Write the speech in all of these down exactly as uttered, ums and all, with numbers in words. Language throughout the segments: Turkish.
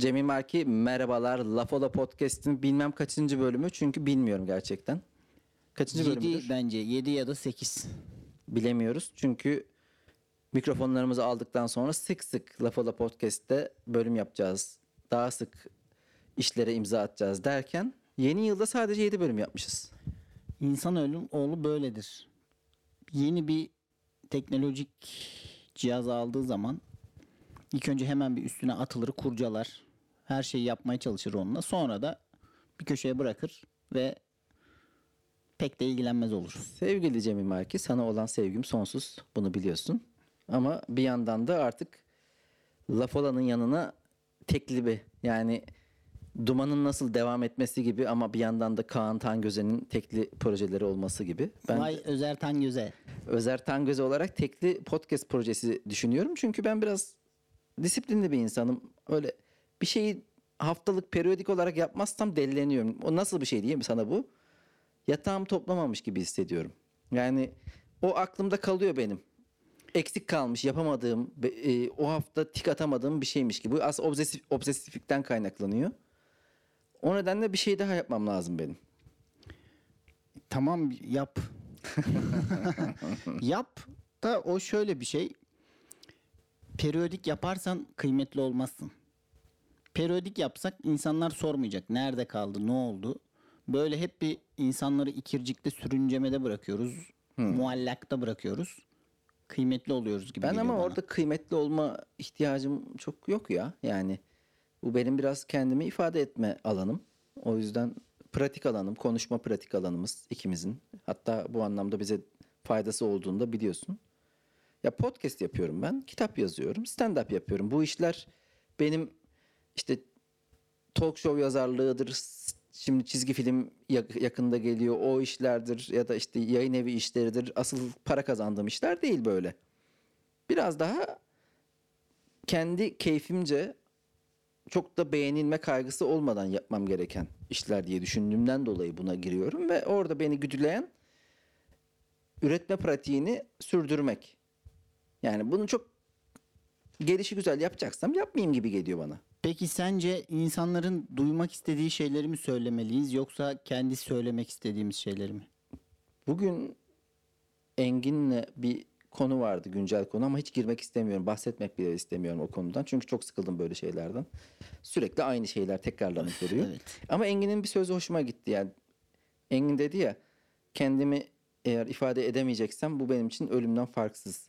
Cemil Marki merhabalar. Lafola Podcast'in bilmem kaçıncı bölümü çünkü bilmiyorum gerçekten. Kaçıncı yedi bölümüdür? bence yedi ya da sekiz. Bilemiyoruz çünkü mikrofonlarımızı aldıktan sonra sık sık Lafola Podcast'te bölüm yapacağız. Daha sık işlere imza atacağız derken yeni yılda sadece yedi bölüm yapmışız. İnsan ölüm oğlu böyledir. Yeni bir teknolojik cihaz aldığı zaman ilk önce hemen bir üstüne atılır, kurcalar. Her şeyi yapmaya çalışır onunla. Sonra da bir köşeye bırakır ve pek de ilgilenmez olur. Sevgili Cemil Marki, sana olan sevgim sonsuz. Bunu biliyorsun. Ama bir yandan da artık Lafola'nın yanına teklibi, yani Duman'ın nasıl devam etmesi gibi ama bir yandan da Kaan Tangöze'nin tekli projeleri olması gibi. Ben Vay Özer Tangöze. Özer Tangöze olarak tekli podcast projesi düşünüyorum. Çünkü ben biraz disiplinli bir insanım. Öyle bir şeyi haftalık, periyodik olarak yapmazsam delileniyorum. O nasıl bir şey diyeyim sana bu? Yatağımı toplamamış gibi hissediyorum. Yani o aklımda kalıyor benim. Eksik kalmış, yapamadığım, e, o hafta tik atamadığım bir şeymiş gibi. Bu aslında obsesif, obsesiflikten kaynaklanıyor. O nedenle bir şey daha yapmam lazım benim. Tamam yap. Yap da o şöyle bir şey. Periyodik yaparsan kıymetli olmazsın. Periyodik yapsak insanlar sormayacak. Nerede kaldı, ne oldu? Böyle hep bir insanları ikircikte, sürüncemede bırakıyoruz. Hmm. Muallakta bırakıyoruz. Kıymetli oluyoruz gibi ben geliyor ama bana. orada kıymetli olma ihtiyacım çok yok ya. Yani bu benim biraz kendimi ifade etme alanım. O yüzden pratik alanım, konuşma pratik alanımız ikimizin. Hatta bu anlamda bize faydası olduğunu da biliyorsun. Ya podcast yapıyorum ben, kitap yazıyorum, stand-up yapıyorum. Bu işler benim işte talk show yazarlığıdır, şimdi çizgi film yakında geliyor, o işlerdir ya da işte yayın evi işleridir. Asıl para kazandığım işler değil böyle. Biraz daha kendi keyfimce, çok da beğenilme kaygısı olmadan yapmam gereken işler diye düşündüğümden dolayı buna giriyorum ve orada beni güdüleyen üretme pratiğini sürdürmek. Yani bunu çok gelişi güzel yapacaksam yapmayayım gibi geliyor bana. Peki sence insanların duymak istediği şeyleri mi söylemeliyiz yoksa kendi söylemek istediğimiz şeyleri mi? Bugün Engin'le bir konu vardı, güncel konu, ama hiç girmek istemiyorum. Bahsetmek bile istemiyorum o konudan. Çünkü çok sıkıldım böyle şeylerden. Sürekli aynı şeyler tekrarlanıp duruyor. Evet. Ama Engin'in bir sözü hoşuma gitti. Yani Engin dedi ya, kendimi eğer ifade edemeyeceksem bu benim için ölümden farksız.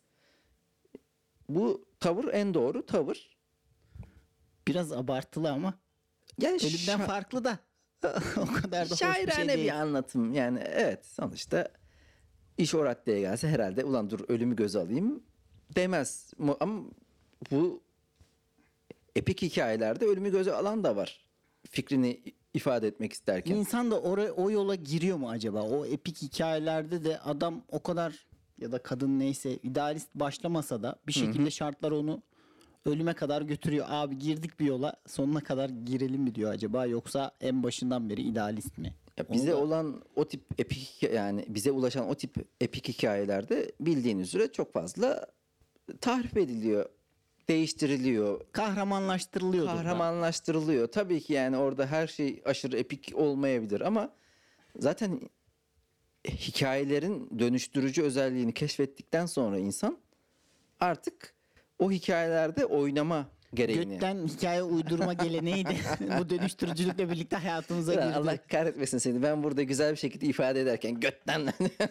Bu tavır en doğru tavır. Biraz abartılı ama Yani ölümden şa- farklı da o kadar da hoş bir şairane şey bir, değil. bir anlatım. Yani evet, sonuçta iş o raddeye gelse herhalde ulan dur ölümü göze alayım demez. Ama bu epik hikayelerde ölümü göze alan da var. Fikrini ifade etmek isterken. İnsan da oraya, o yola giriyor mu acaba? O epik hikayelerde de adam o kadar ya da kadın neyse idealist başlamasa da bir şekilde Hı-hı. şartlar onu ölüme kadar götürüyor. Abi girdik bir yola, sonuna kadar girelim mi diyor acaba, yoksa en başından beri idealist mi? Ya bize da... olan o tip epik, yani bize ulaşan o tip epik hikayelerde bildiğiniz üzere çok fazla tahrip ediliyor, değiştiriliyor, kahramanlaştırılıyor. Kahramanlaştırılıyor. Tabii ki yani orada her şey aşırı epik olmayabilir ama zaten hikayelerin dönüştürücü özelliğini keşfettikten sonra insan artık o hikayelerde oynama gereğini. Gökten hikaye uydurma geleneğiydi. Bu dönüştürücülükle birlikte hayatımıza girdi. Allah kahretmesin seni. Ben burada güzel bir şekilde ifade ederken götten.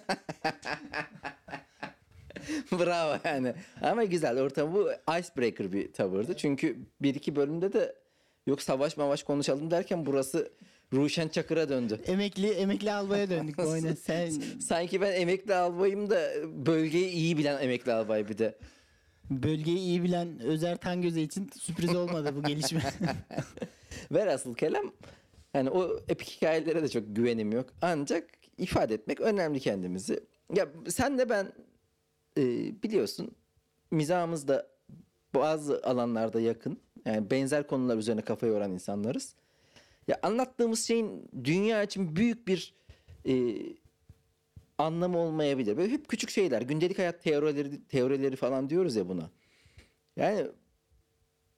Bravo yani. Ama güzel ortam, bu icebreaker bir tavırdı. Çünkü bir iki bölümde de yok savaş mavaş konuşalım derken burası Ruşen Çakır'a döndü. Emekli emekli albaya döndük bu oyuna. Sen... Sanki ben emekli albayım da bölgeyi iyi bilen emekli albay bir de. Bölgeyi iyi bilen Özer Tangöze için sürpriz olmadı bu gelişme. Velhasıl kelam, hani o epik hikayelere de çok güvenim yok. Ancak ifade etmek önemli kendimizi. Ya sen de ben e, biliyorsun mizahımız da bazı alanlarda yakın. Yani benzer konular üzerine kafa yoran insanlarız. Ya anlattığımız şeyin dünya için büyük bir e, anlamı olmayabilir. Böyle hep küçük şeyler, gündelik hayat teorileri teorileri falan diyoruz ya buna. Yani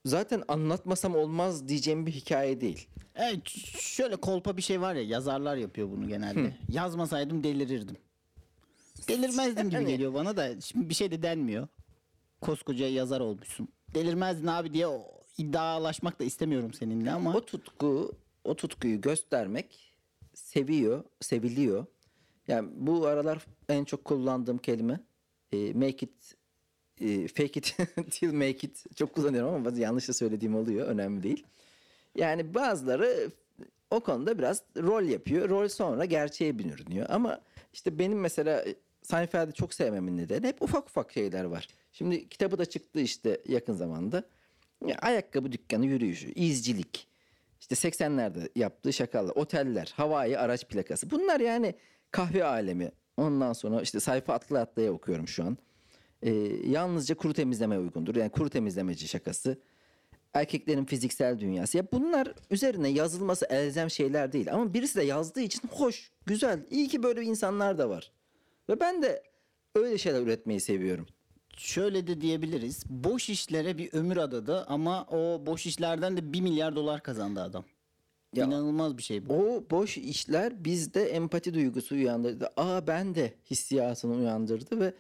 zaten anlatmasam olmaz diyeceğim bir hikaye değil. Evet, şöyle kolpa bir şey var ya, yazarlar yapıyor bunu genelde. Yazmasaydım delirirdim. Delirmezdim gibi Yani- geliyor bana da. Şimdi bir şey de denmiyor. Koskoca yazar olmuşsun. Delirmezdin abi diye o iddialaşmak da istemiyorum seninle ama. O tutku, o tutkuyu göstermek seviyor, seviliyor. Yani bu aralar en çok kullandığım kelime e, make it, e, fake it till make it. Çok kullanıyorum ama bazı yanlış da söylediğim oluyor. Önemli değil. Yani bazıları o konuda biraz rol yapıyor. Rol sonra gerçeğe bürünüyor. Ama işte benim mesela Seinfeld'i çok sevmemin nedeni hep ufak ufak şeyler var. Şimdi kitabı da çıktı işte yakın zamanda. Ya, ayakkabı dükkanı yürüyüşü, izcilik, işte seksenlerde yaptığı şakalar, oteller, havai araç plakası. Bunlar yani kahve alemi. Ondan sonra işte sayfa atlaya atlaya okuyorum şu an. Ee, yalnızca kuru temizleme uygundur. Yani kuru temizlemeci şakası. Erkeklerin fiziksel dünyası. Ya bunlar üzerine yazılması elzem şeyler değil. Ama birisi de yazdığı için hoş, güzel. İyi ki böyle insanlar da var. Ve ben de öyle şeyler üretmeyi seviyorum. Şöyle de diyebiliriz. Boş işlere bir ömür adadı ama o boş işlerden de bir milyar dolar kazandı adam. Ya, İnanılmaz bir şey bu. o boş işler bizde empati duygusu uyandırdı. Aa ben de hissiyatını uyandırdı ve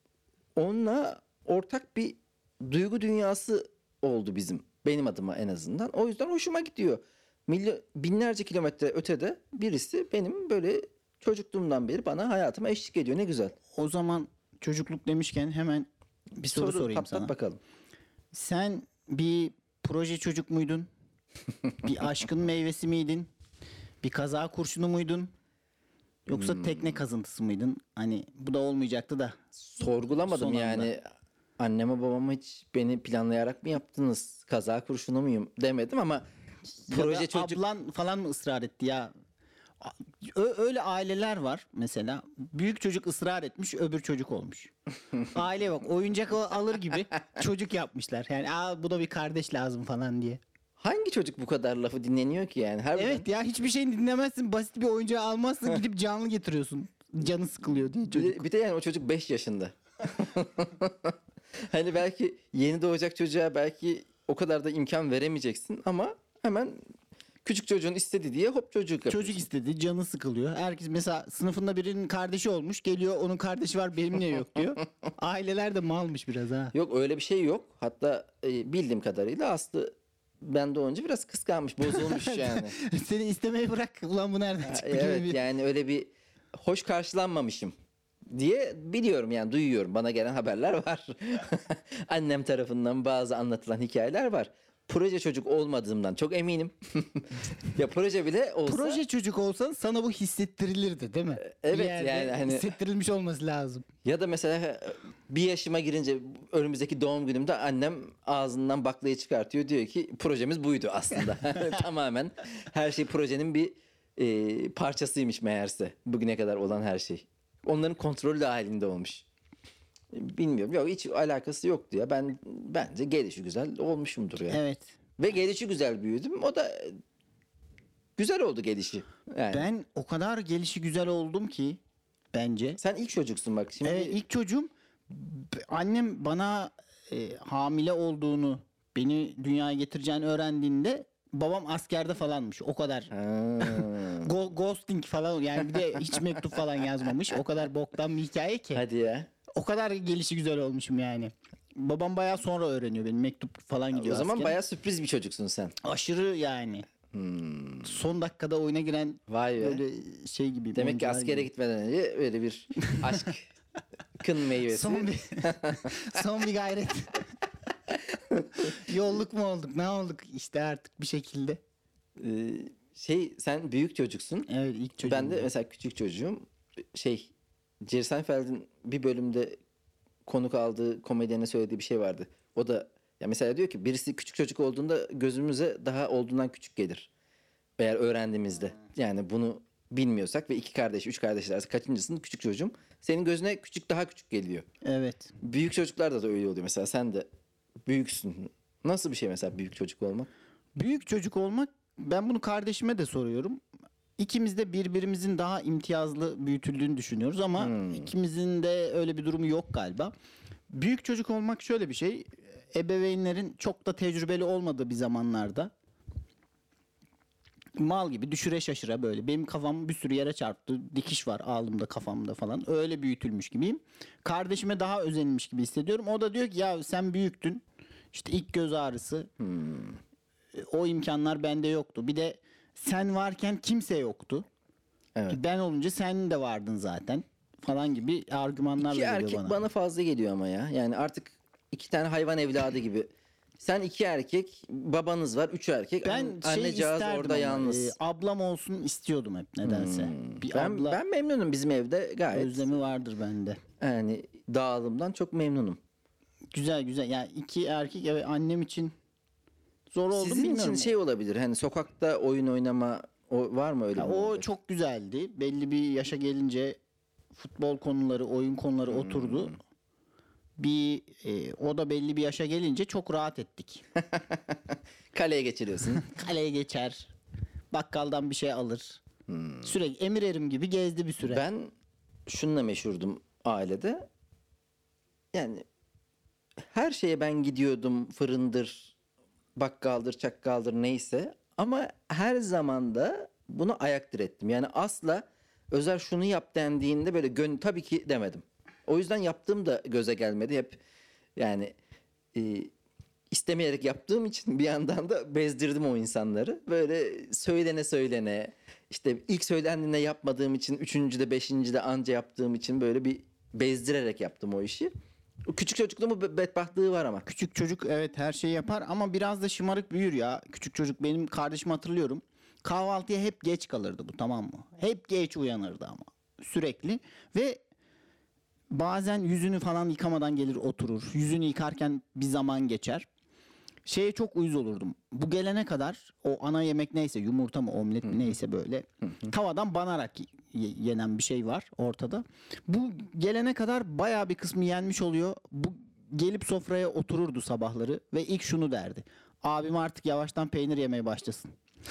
onunla ortak bir duygu dünyası oldu bizim. Benim adıma en azından. O yüzden hoşuma gidiyor. Milyon, binlerce kilometre ötede birisi benim böyle çocukluğumdan beri bana hayatıma eşlik ediyor. Ne güzel. O zaman çocukluk demişken hemen bir soru, sorayım patlat sana. bakalım. Sen bir proje çocuk muydun? Bir aşkın meyvesi miydin? Bir kaza kurşunu muydun? Yoksa Hmm. tekne kazıntısı mıydın? Hani bu da olmayacaktı da. Sorgulamadım Son anda. yani. Anneme babama hiç beni planlayarak mı yaptınız? Kaza kurşunu muyum demedim ama Ya proje da çocuk ablan falan mı ısrar etti ya? Ö- öyle aileler var mesela. Büyük çocuk ısrar etmiş, öbür çocuk olmuş. Aile bak, oyuncak al- alır gibi çocuk yapmışlar. Yani aa bu da bir kardeş lazım falan diye. hangi çocuk bu kadar lafı dinleniyor ki yani? Harbiden. Evet ya, hiçbir şeyini dinlemezsin. Basit bir oyuncağı almazsın, gidip canlı getiriyorsun. Canı sıkılıyor diye Bir çocuk. de, bir de yani o çocuk beş yaşında. Hani belki yeni doğacak çocuğa belki o kadar da imkan veremeyeceksin ama hemen küçük çocuğun istedi diye hop çocuk yapıyorsun. Çocuk istedi, canı sıkılıyor. Herkes mesela sınıfında birinin kardeşi olmuş. Geliyor onun kardeşi var, benim niye yok diyor. Aileler de malmış biraz ha. Yok öyle bir şey yok. Hatta e, bildiğim kadarıyla Aslı ben doğunca biraz kıskanmış, bozulmuş yani. Seni istemeyi bırak. Ulan bu nereden çıktı gibi Evet bir- yani öyle bir hoş karşılanmamışım diye biliyorum yani duyuyorum. Bana gelen haberler var. Annem tarafından bazı anlatılan hikayeler var. Proje çocuk olmadığımdan çok eminim. Ya proje bile olsa Proje çocuk olsan sana bu hissettirilirdi değil mi? evet, Bir yerde yani hani- hissettirilmiş olması lazım. ya da mesela bir yaşıma girince önümüzdeki doğum günümde annem ağzından baklayı çıkartıyor. Diyor ki projemiz buydu aslında. Tamamen her şey projenin bir e, parçasıymış meğerse. Bugüne kadar olan her şey. Onların kontrolü dahilinde olmuş. Bilmiyorum. Yok hiç alakası yoktu ya. Ben bence gelişi güzel olmuşumdur ya. Evet. Ve gelişi güzel büyüdüm. O da güzel oldu gelişi. Yani. Ben o kadar gelişi güzel oldum ki bence. Sen ilk çocuksun bak. Şimdi Evet, ilk çocuğum, b- annem bana e, hamile olduğunu, beni dünyaya getireceğini öğrendiğinde babam askerde falanmış. O kadar. Ha. Go- ghosting falan, yani bir de hiç mektup falan yazmamış. O kadar boktan bir hikaye ki. Hadi ya. O kadar gelişi güzel olmuşum yani. Babam bayağı sonra öğreniyor, benim mektup falan gidiyor O zaman askere. bayağı sürpriz bir çocuksun sen. Aşırı yani. Son dakikada oyuna giren Vay be. böyle şey gibi. Demek ki oyuncular askere gibi. gitmeden önce böyle bir aşkın meyvesi. Son bir, son bir gayret. Yolluk mu olduk, ne olduk işte artık bir şekilde. Ee, şey sen büyük çocuksun. Evet, ilk çocuğum. Ben de mesela küçük çocuğum. Şey Jerry Seinfeld'in bir bölümde konuk aldığı komedyene söylediği bir şey vardı. O da ya mesela diyor ki birisi küçük çocuk olduğunda gözümüze daha olduğundan küçük gelir. Eğer öğrendiğimizde. Yani bunu bilmiyorsak ve iki kardeş, üç kardeşler kaçıncısın küçük çocuğum. Senin gözüne küçük daha küçük geliyor. Evet. Büyük çocuklarda da öyle oluyor mesela. Sen de büyüksün. Nasıl bir şey mesela büyük çocuk olmak? Büyük çocuk olmak, ben bunu kardeşime de soruyorum. İkimiz de birbirimizin daha imtiyazlı büyütüldüğünü düşünüyoruz ama Hmm. ikimizin de öyle bir durumu yok galiba. Büyük çocuk olmak şöyle bir şey. ebeveynlerin çok da tecrübeli olmadığı bir zamanlarda mal gibi düşüre şaşıra böyle. Benim kafam bir sürü yere çarptı. Dikiş var alnımda, kafamda falan. Öyle büyütülmüş gibiyim. Kardeşime daha özenilmiş gibi hissediyorum. O da diyor ki ya sen büyüktün. İşte ilk göz ağrısı. O imkanlar bende yoktu. Bir de sen varken kimse yoktu. Evet. Ben olunca sen de vardın zaten falan gibi argümanlarla İki geliyor erkek bana. bana. fazla geliyor ama ya. Yani artık iki tane hayvan evladı gibi. Sen iki erkek, babanız var, üç erkek. Ben An- şey Annecağız isterdim orada ama, yalnız. e, ablam olsun istiyordum hep nedense. Bir ben abla ben memnunum bizim evde gayet. özlemi vardır bende. Yani dağılımdan çok memnunum. Güzel güzel. Yani iki erkek, evet, annem için zor oldu Sizin bilmiyorum. için şey olabilir. Hani sokakta oyun oynama o var mı öyle Ya bir o muhabbet? çok güzeldi. Belli bir yaşa gelince futbol konuları, oyun konuları Hmm. oturdu. Bir e, o da belli bir yaşa gelince çok rahat ettik. Kaleye geçiriyorsun. Kaleye geçer. Bakkaldan bir şey alır. Sürekli emir erim gibi gezdi bir süre. Ben şununla meşhurdum ailede. Yani her şeye ben gidiyordum. Fırındır, bakkaldır, çakkaldır neyse. Ama her zaman da bunu ayak direttim. Yani asla Özer şunu yap dendiğinde böyle gön tabii ki demedim. O yüzden yaptığım da göze gelmedi. Hep yani e, istemeyerek yaptığım için bir yandan da bezdirdim o insanları. Böyle söylene söylene işte ilk söylendiğinde yapmadığım için üçüncüde beşincide anca yaptığım için böyle bir bezdirerek yaptım o işi. O küçük çocukluğumun be- bedbahtlığı var ama. Küçük çocuk evet her şeyi yapar ama biraz da şımarık büyür ya. Küçük çocuk, benim kardeşimi hatırlıyorum. Kahvaltıya hep geç kalırdı bu, tamam mı? Hep geç uyanırdı ama sürekli ve bazen yüzünü falan yıkamadan gelir oturur. Yüzünü yıkarken bir zaman geçer. Şeye çok uyuz olurdum. Bu gelene kadar o ana yemek neyse, yumurta mı omlet mi neyse, böyle tavadan banarak y- yenen bir şey var ortada. Bu gelene kadar bayağı bir kısmı yenmiş oluyor. Bu gelip sofraya otururdu sabahları ve ilk şunu derdi: abim artık yavaştan peynir yemeye başlasın.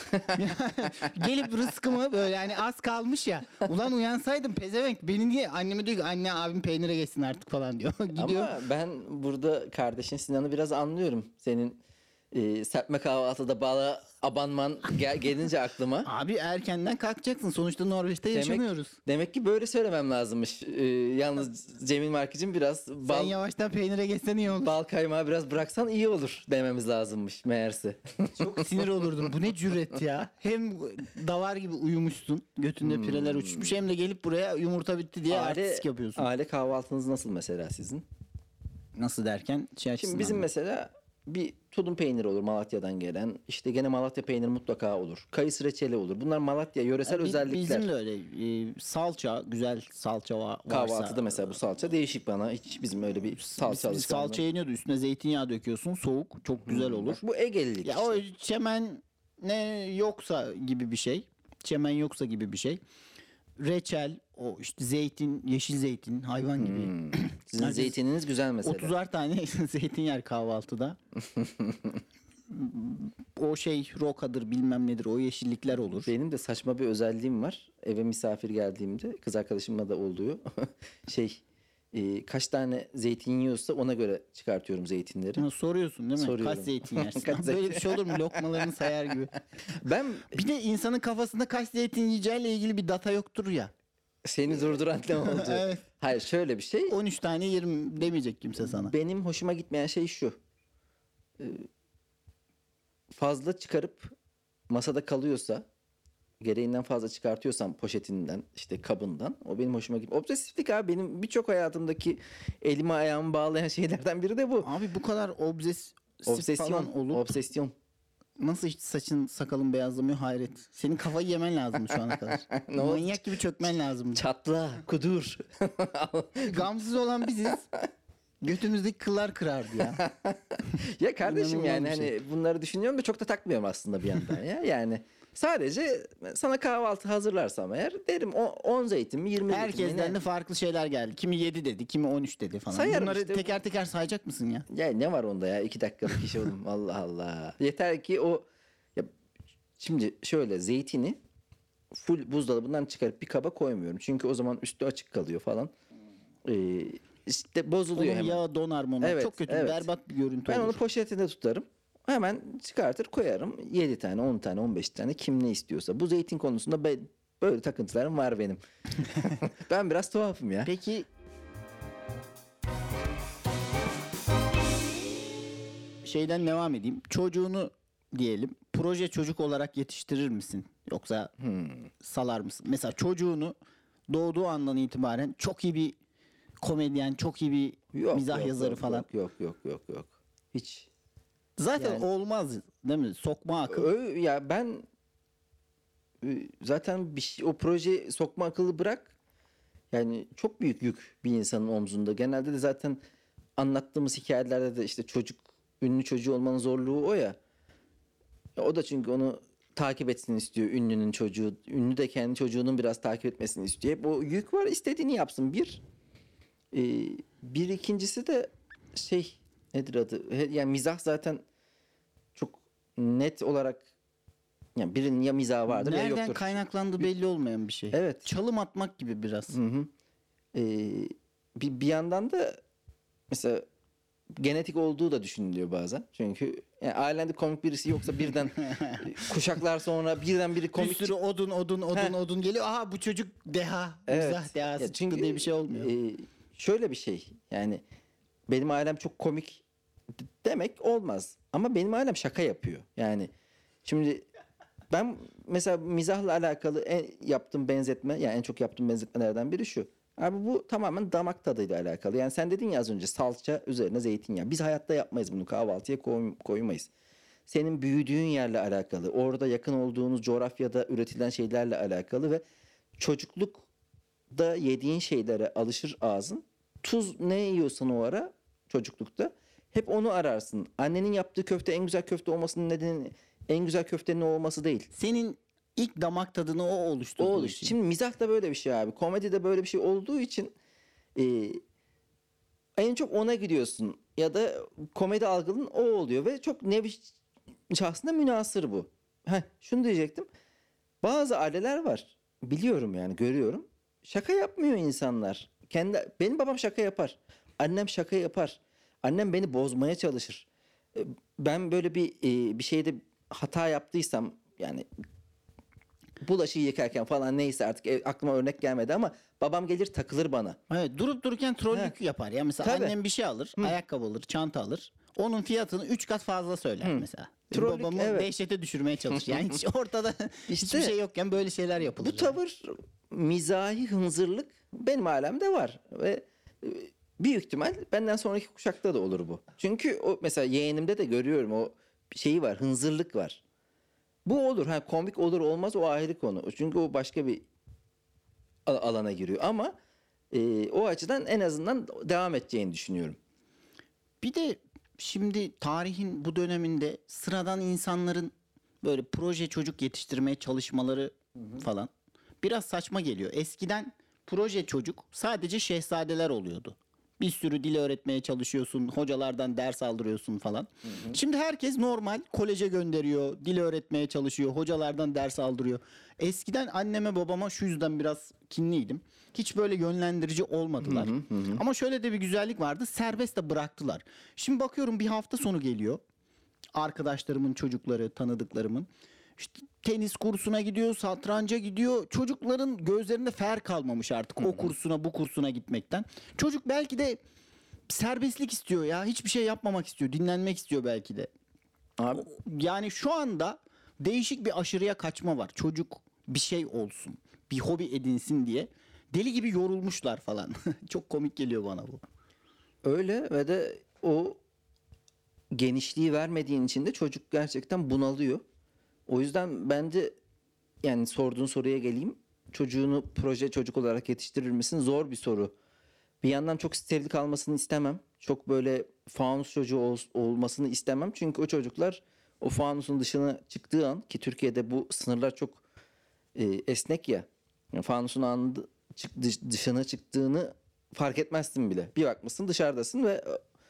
Gelip rızkımı böyle, hani az kalmış ya. Ulan uyansaydım pezevenk, beni niye, anneme diyor ki anne abim peynire geçsin artık falan diyor. Gidiyor. Ama ben burada kardeşin Sinan'ı biraz anlıyorum. Senin e, serpme kahvaltıda bala abanman gel- gelince aklıma. Abi erkenden kalkacaksın. Sonuçta Norveç'te Demek, yaşamıyoruz. demek ki böyle söylemem lazımmış. E, yalnız Cemil Markicim biraz Sen bal, yavaştan peynire geçsen iyi olur. bal kaymağı biraz bıraksan iyi olur dememiz lazımmış meğerse. Çok sinir olurdum. Bu ne cüret ya. Hem davar gibi uyumuşsun. Götünde pireler uçuşmuş. Hem de gelip buraya yumurta bitti diye aile, artistik yapıyorsun. aile kahvaltınız nasıl mesela sizin? Nasıl derken şey açısından Şimdi bizim mı? mesela bir tulum peyniri olur Malatya'dan gelen. İşte gene Malatya peyniri mutlaka olur. Kayısı reçeli olur. Bunlar Malatya yöresel Bi- özellikler. Bizim de öyle. Ee, salça, güzel salça va- varsa. Kahvaltıda mesela bu salça değişik bana. Hiç bizim öyle bir salça Biz- biz alışkanlığı. salça yeniyordu. Üstüne zeytinyağı döküyorsun. Soğuk. Çok güzel olur. Bak bu Egelilik Ya işte. o çemen ne yoksa gibi bir şey. Çemen yoksa gibi bir şey. Reçel, o işte zeytin, yeşil zeytin, hayvan gibi. Sizin Herkes zeytininiz güzel mesela. otuzar tane zeytin yer kahvaltıda. O şey rokadır bilmem nedir, o yeşillikler olur. Benim de saçma bir özelliğim var. Eve misafir geldiğimde kız arkadaşımla da oluyor. şey e, kaç tane zeytin yiyorsa ona göre çıkartıyorum zeytinleri. Ha, soruyorsun değil mi? Soruyorum. Kaç zeytin yersin? Kaç Böyle zeytin- bir şey olur mu? Lokmalarını sayar gibi. Ben Bir de insanın kafasında kaç zeytin yiyeceğiyle ilgili bir data yoktur ya. seni durduran ne oldu? Evet. Hayır şöyle bir şey. on üç tane yerim demeyecek kimse sana. Benim hoşuma gitmeyen şey şu. Ee, Fazla çıkarıp masada kalıyorsa, gereğinden fazla çıkartıyorsam poşetinden, işte kabından, o benim hoşuma gitmiyor. Obsesiflik abi, benim birçok hayatımdaki elimi ayağımı bağlayan şeylerden biri de bu. Abi bu kadar obsesif Obsesyon, falan olup obsesyon. nasıl hiç saçın sakalın beyazlamıyor, hayret. Senin kafayı yemen lazım şu ana kadar. Ne oldu? Manyak gibi çökmen lazım. Çatla, kudur. Gamsız olan biziz. Götümüzdeki kıllar kırardı ya. Ya kardeşim İnanılmaz yani bir şey. hani bunları düşünüyorum da çok da takmıyorum aslında bir yandan ya. Yani sadece sana kahvaltı hazırlarsam eğer derim o on zeytin mi yirmi zeytin mi Herkesten ne? de farklı şeyler geldi. Kimi yedi dedi, kimi on üç dedi falan. Sayarım Bunları işte. teker teker sayacak mısın ya? Ya ne var onda ya iki dakikalık iş oğlum Allah Allah. Yeter ki o ya şimdi şöyle zeytini full buzdolabından çıkarıp bir kaba koymuyorum. Çünkü o zaman üstü açık kalıyor falan. Ee, işte bozuluyor Onun hemen. yağı donar mı? Evet, Çok kötü, evet. berbat bir görüntü Ben olur. onu poşetinde tutarım. Hemen çıkartır koyarım. yedi tane, on tane, on beş tane kim ne istiyorsa. Bu zeytin konusunda be- böyle takıntılarım var benim. Ben biraz tuhafım ya. Peki şeyden devam edeyim. Çocuğunu diyelim proje çocuk olarak yetiştirir misin? Yoksa Hmm. salar mısın? Mesela çocuğunu doğduğu andan itibaren çok iyi bir komedyen, çok iyi bir Yok, mizah yok, yazarı yok, falan. Yok yok yok yok yok. Hiç. Zaten Yani- olmaz değil mi? Sokma akıl. Ö- ya ben e, zaten bir şey, o proje sokma akıllı bırak. Yani çok büyük yük bir insanın omzunda. Genelde de zaten anlattığımız hikayelerde de işte çocuk, ünlü çocuğu olmanın zorluğu o ya. Ya o da çünkü onu takip etsin istiyor ünlünün çocuğu. Ünlü de kendi çocuğunun biraz takip etmesini istiyor. Hep o yük var, istediğini yapsın. Bir. Ee, bir ikincisi de şey nedir adı? He- Yani mizah zaten çok net olarak, yani birinin ya mizahı vardır ya Nereden yoktur. kaynaklandığı belli olmayan bir şey. Evet. Çalım atmak gibi biraz. Hı hı. Ee, bir, bir yandan da mesela genetik olduğu da düşünülüyor bazen. Çünkü yani ailende komik birisi yoksa birden kuşaklar sonra birden biri komik Bir sürü odun odun odun Heh. odun geliyor. Aha bu çocuk deha. Mizah dehası Ya çıktı diye bir şey olmuyor. e, şöyle bir şey yani benim ailem çok komik d- demek olmaz. Ama benim ailem şaka yapıyor. Yani şimdi ben mesela mizahla alakalı en yaptığım benzetme, yani en çok yaptığım benzetmelerden biri şu. Abi bu tamamen damak tadıyla alakalı. Yani sen dedin ya az önce salça üzerine zeytinyağı. Biz hayatta yapmayız bunu, kahvaltıya koy, koymayız. Senin büyüdüğün yerle alakalı, orada yakın olduğunuz coğrafyada üretilen şeylerle alakalı ve çocuklukta yediğin şeylere alışır ağzın. Tuz ne yiyorsan o ara çocuklukta hep onu ararsın. Annenin yaptığı köfte en güzel köfte olmasının nedeni en güzel köftenin o olması değil. Senin ilk damak tadını o O oluşturduğu oluş. için. Şimdi mizah da böyle bir şey abi. Komedi de böyle bir şey olduğu için e, en çok ona gidiyorsun. Ya da komedi algının o oluyor ve çok nevi şahsına münhasır bu. Heh, şunu diyecektim. Bazı aileler var. Biliyorum yani, görüyorum. Şaka yapmıyor insanlar. Kendi benim babam şaka yapar. Annem şaka yapar. Annem beni bozmaya çalışır. E, Ben böyle bir e, bir şeyde hata yaptıysam, yani bulaşığı yıkarken falan, neyse artık ev- aklıma örnek gelmedi ama babam gelir takılır bana. Evet, durup dururken trollük yapar ya. Mesela Tabii. annem bir şey alır, ayakkabı alır, çanta alır. Onun fiyatını üç kat fazla söyler mesela. Trollük, Babamı evet. dehşete düşürmeye çalışır. Yani hiç ortada İşte hiçbir şey yokken böyle şeyler yapılır. Bu tavır, mizahi hınzırlık benim alemde var ve e, büyük ihtimal benden sonraki kuşakta da olur bu. Çünkü o mesela yeğenimde de görüyorum, o şeyi var, hınzırlık var. Bu olur, ha komik olur olmaz o ayrı konu. Çünkü o başka bir al- alana giriyor ama e, o açıdan en azından devam edeceğini düşünüyorum. Bir de şimdi tarihin bu döneminde sıradan insanların böyle proje çocuk yetiştirmeye çalışmaları falan biraz saçma geliyor. Eskiden proje çocuk sadece şehzadeler oluyordu. Bir sürü dil öğretmeye çalışıyorsun, hocalardan ders aldırıyorsun falan. Şimdi herkes normal koleje gönderiyor, dil öğretmeye çalışıyor, hocalardan ders aldırıyor. Eskiden anneme babama şu yüzden biraz kinliydim. Hiç böyle yönlendirici olmadılar. Ama şöyle de bir güzellik vardı, serbest de bıraktılar. Şimdi bakıyorum bir hafta sonu geliyor. Arkadaşlarımın çocukları, tanıdıklarımın. İşte tenis kursuna gidiyor, satranca gidiyor. Çocukların gözlerinde fer kalmamış artık o kursuna, bu kursuna gitmekten. Çocuk belki de serbestlik istiyor ya. Hiçbir şey yapmamak istiyor, dinlenmek istiyor belki de. Abi Yani şu anda değişik bir aşırıya kaçma var. Çocuk bir şey olsun, bir hobi edinsin diye. Deli gibi yorulmuşlar falan. Çok komik geliyor bana bu. öyle ve de o genişliği vermediğin için de çocuk gerçekten bunalıyor. O yüzden bence, yani sorduğun soruya geleyim. Çocuğunu proje çocuk olarak yetiştirir misin? Zor bir soru. Bir yandan çok steril kalmasını istemem. Çok böyle fanus çocuğu ol- olmasını istemem. Çünkü o çocuklar o fanusun dışına çıktığı an, ki Türkiye'de bu sınırlar çok e, esnek ya. Yani fanusun anında çık, dış- dışına çıktığını fark etmezsin bile. Bir bakmışsın dışarıdasın ve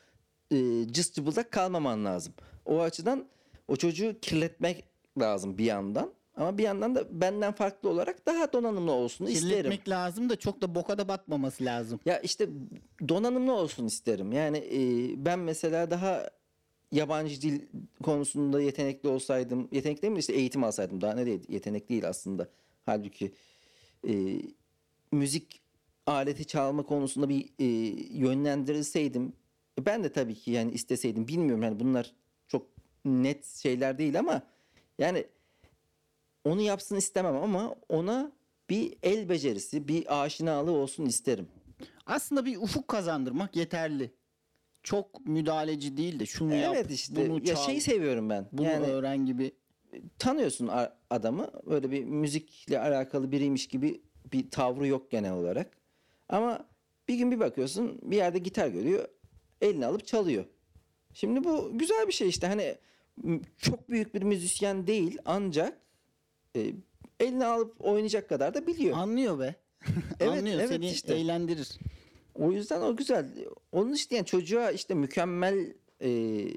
e, cız cıbıldak kalmaman lazım. O açıdan o çocuğu kirletmek lazım bir yandan. Ama bir yandan da benden farklı olarak daha donanımlı olsun isterim. Kirletmek lazım da çok da boka da batmaması lazım. Ya işte donanımlı olsun isterim. Yani e, ben mesela daha yabancı dil konusunda yetenekli olsaydım, yetenekli değil mi işte eğitim alsaydım, daha ne değil, yetenek değil aslında. Halbuki e, müzik aleti çalma konusunda bir e, yönlendirilseydim, ben de tabii ki yani isteseydim, bilmiyorum yani bunlar çok net şeyler değil ama yani onu yapsın istemem ama ona bir el becerisi, bir aşinalığı olsun isterim. Aslında bir ufuk kazandırmak yeterli. Çok müdahaleci değil de şunu yap, Evet işte bunu ya çal, şeyi seviyorum ben. bunu Yani öğren gibi. tanıyorsun a- adamı, böyle bir müzikle alakalı biriymiş gibi bir tavrı yok genel olarak. Ama bir gün bir bakıyorsun bir yerde gitar görüyor, eline alıp çalıyor. Şimdi bu güzel bir şey işte, hani m- çok büyük bir müzisyen değil ancak e, eline alıp oynayacak kadar da biliyor. Anlıyor be. Evet, Anlıyor, evet seni işte. eğlendirir. O yüzden o güzel. Onun işte yani çocuğa işte mükemmel e,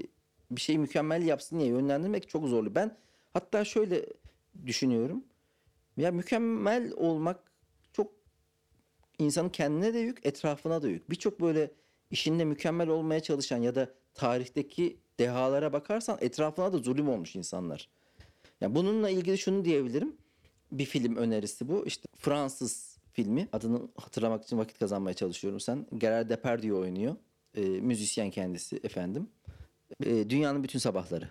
bir şeyi mükemmel yapsın diye yönlendirmek çok zorlu. Ben hatta şöyle düşünüyorum. Ya mükemmel olmak çok insanın kendine de yük, etrafına da yük. Birçok böyle işinde mükemmel olmaya çalışan ya da tarihteki dehalara bakarsan etrafına da zulüm olmuş insanlar. Ya bununla ilgili şunu diyebilirim. Bir film önerisi bu. İşte Fransız filmi. Adını hatırlamak için vakit kazanmaya çalışıyorum sen. Gerard Depardieu oynuyor. Ee, müzisyen kendisi efendim. Ee, Dünyanın Bütün Sabahları.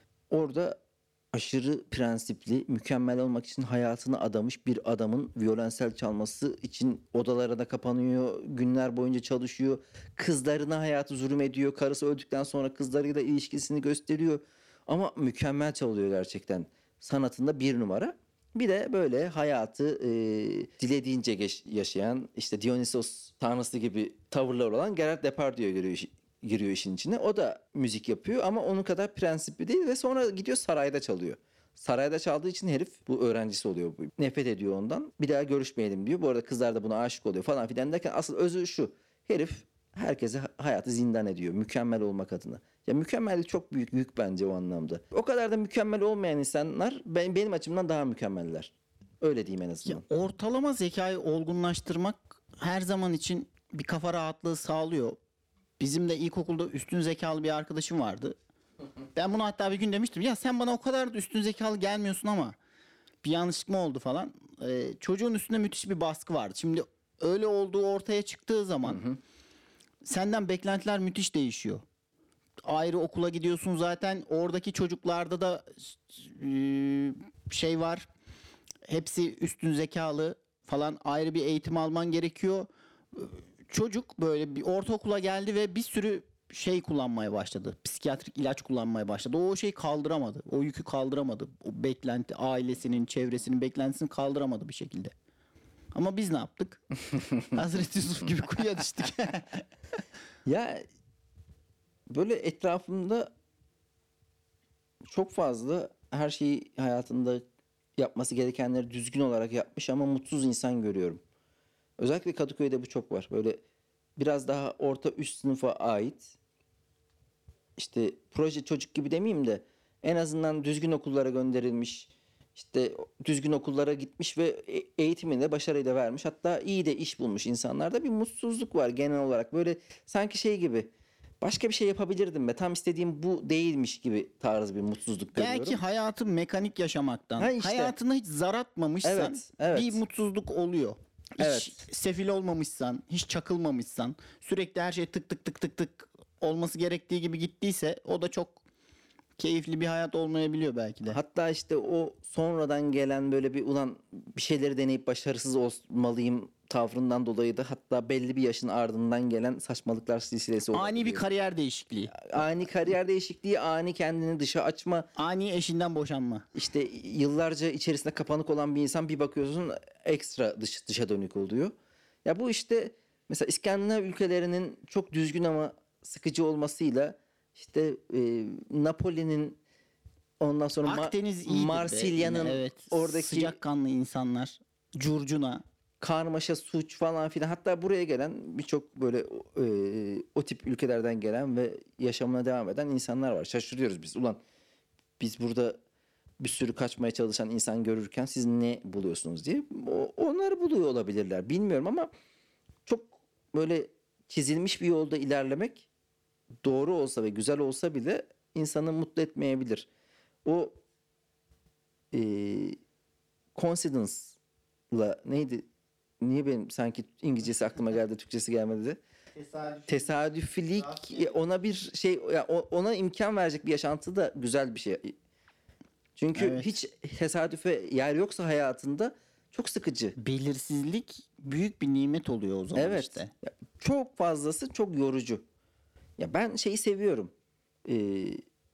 Orada aşırı prensipli, mükemmel olmak için hayatını adamış bir adamın violensel çalması için odalarına kapanıyor, günler boyunca çalışıyor. Kızlarına hayatı zulüm ediyor. Karısı öldükten sonra kızlarıyla ilişkisini gösteriyor. Ama mükemmel çalıyor gerçekten. Sanatında bir numara. Bir de böyle hayatı e, dilediğince geç- yaşayan, işte Dionysos tanrısı gibi tavırlar olan Gerard Depardieu giriyor, işi- giriyor işin içine. O da müzik yapıyor ama onun kadar prensipli değil ve sonra gidiyor sarayda çalıyor. Sarayda çaldığı için herif, bu öğrencisi oluyor. Bu. Nefret ediyor ondan. Bir daha görüşmeyelim diyor. Bu arada kızlar da buna aşık oluyor falan filan derken asıl özü şu. Herif herkese ha- hayatı zindan ediyor mükemmel olmak adına. Ya mükemmellik çok büyük yük bence o anlamda. O kadar da mükemmel olmayan insanlar ben, benim açımdan daha mükemmeller. Öyle diyeyim en Ya azından. ortalama zekayı olgunlaştırmak her zaman için bir kafa rahatlığı sağlıyor. Bizim de ilkokulda üstün zekalı bir arkadaşım vardı. Ben bunu hatta bir gün demiştim. Ya sen bana o kadar da üstün zekalı gelmiyorsun ama bir yanlışlık mı oldu falan. Ee, çocuğun üstünde müthiş bir baskı vardı. Şimdi öyle olduğu ortaya çıktığı zaman senden beklentiler müthiş değişiyor. Ayrı okula gidiyorsun zaten. Oradaki çocuklarda da e, şey var. Hepsi üstün zekalı falan, ayrı bir eğitim alman gerekiyor. Çocuk böyle bir ortaokula geldi ve bir sürü şey kullanmaya başladı. Psikiyatrik ilaç kullanmaya başladı. O şeyi kaldıramadı. O yükü kaldıramadı. O beklenti, ailesinin, çevresinin beklentisini kaldıramadı bir şekilde. Ama biz ne yaptık? Hazreti Yusuf gibi kuyuya düştük. Ya böyle etrafımda çok fazla her şeyi hayatında yapması gerekenleri düzgün olarak yapmış ama mutsuz insan görüyorum. Özellikle Kadıköy'de bu çok var. Böyle biraz daha orta üst sınıfa ait, işte proje çocuk gibi demeyeyim de en azından düzgün okullara gönderilmiş, işte düzgün okullara gitmiş ve e- eğitimini de başarıyla vermiş. Hatta iyi de iş bulmuş insanlarda bir mutsuzluk var genel olarak. Böyle sanki şey gibi, başka bir şey yapabilirdim be, tam istediğim bu değilmiş gibi tarz bir mutsuzluk görüyorum. Belki hayatı mekanik yaşamaktan, Ha işte. hayatına hiç zar atmamışsan Evet, evet. bir mutsuzluk oluyor. Hiç Evet. sefil olmamışsan, hiç çakılmamışsan, sürekli her şey tık tık tık tık tık olması gerektiği gibi gittiyse o da çok keyifli bir hayat olmayabiliyor belki de. Hatta işte o sonradan gelen böyle bir ulan bir şeyleri deneyip başarısız olmalıyım tavrından dolayı da hatta belli bir yaşın ardından gelen saçmalıklar silsilesi Ani bir olabiliyor. kariyer değişikliği, Ani kariyer değişikliği, ani kendini dışa açma, ani eşinden boşanma. işte yıllarca içerisinde kapanık olan bir insan bir bakıyorsun ekstra dış, dışa dönük oluyor. Ya bu işte mesela İskandinav ülkelerinin çok düzgün ama sıkıcı olmasıyla işte e, Napoli'nin, ondan sonra Ma- Akdeniz iyidir be. Marsilya'nın Yine evet, oradaki sıcakkanlı insanlar, curcuna. karmaşa suç falan filan, hatta buraya gelen birçok böyle e, o tip ülkelerden gelen ve yaşamına devam eden insanlar var. Şaşırıyoruz biz. Ulan biz burada bir sürü kaçmaya çalışan insan görürken siz ne buluyorsunuz diye. O, onları buluyor olabilirler. Bilmiyorum ama çok böyle çizilmiş bir yolda ilerlemek doğru olsa ve güzel olsa bile insanı mutlu etmeyebilir. O e, coincidence'la neydi? Niye benim sanki İngilizcesi aklıma geldi, Türkçesi gelmedi? Tesadüf. Tesadüfilik ona bir şey ya o- ona imkan verecek bir yaşantı da güzel bir şey. Çünkü Evet. hiç tesadüfe yer yoksa hayatında çok sıkıcı. Belirsizlik büyük bir nimet oluyor o zaman Evet. işte. Ya çok fazlası çok yorucu. Ya ben şeyi seviyorum. Ee,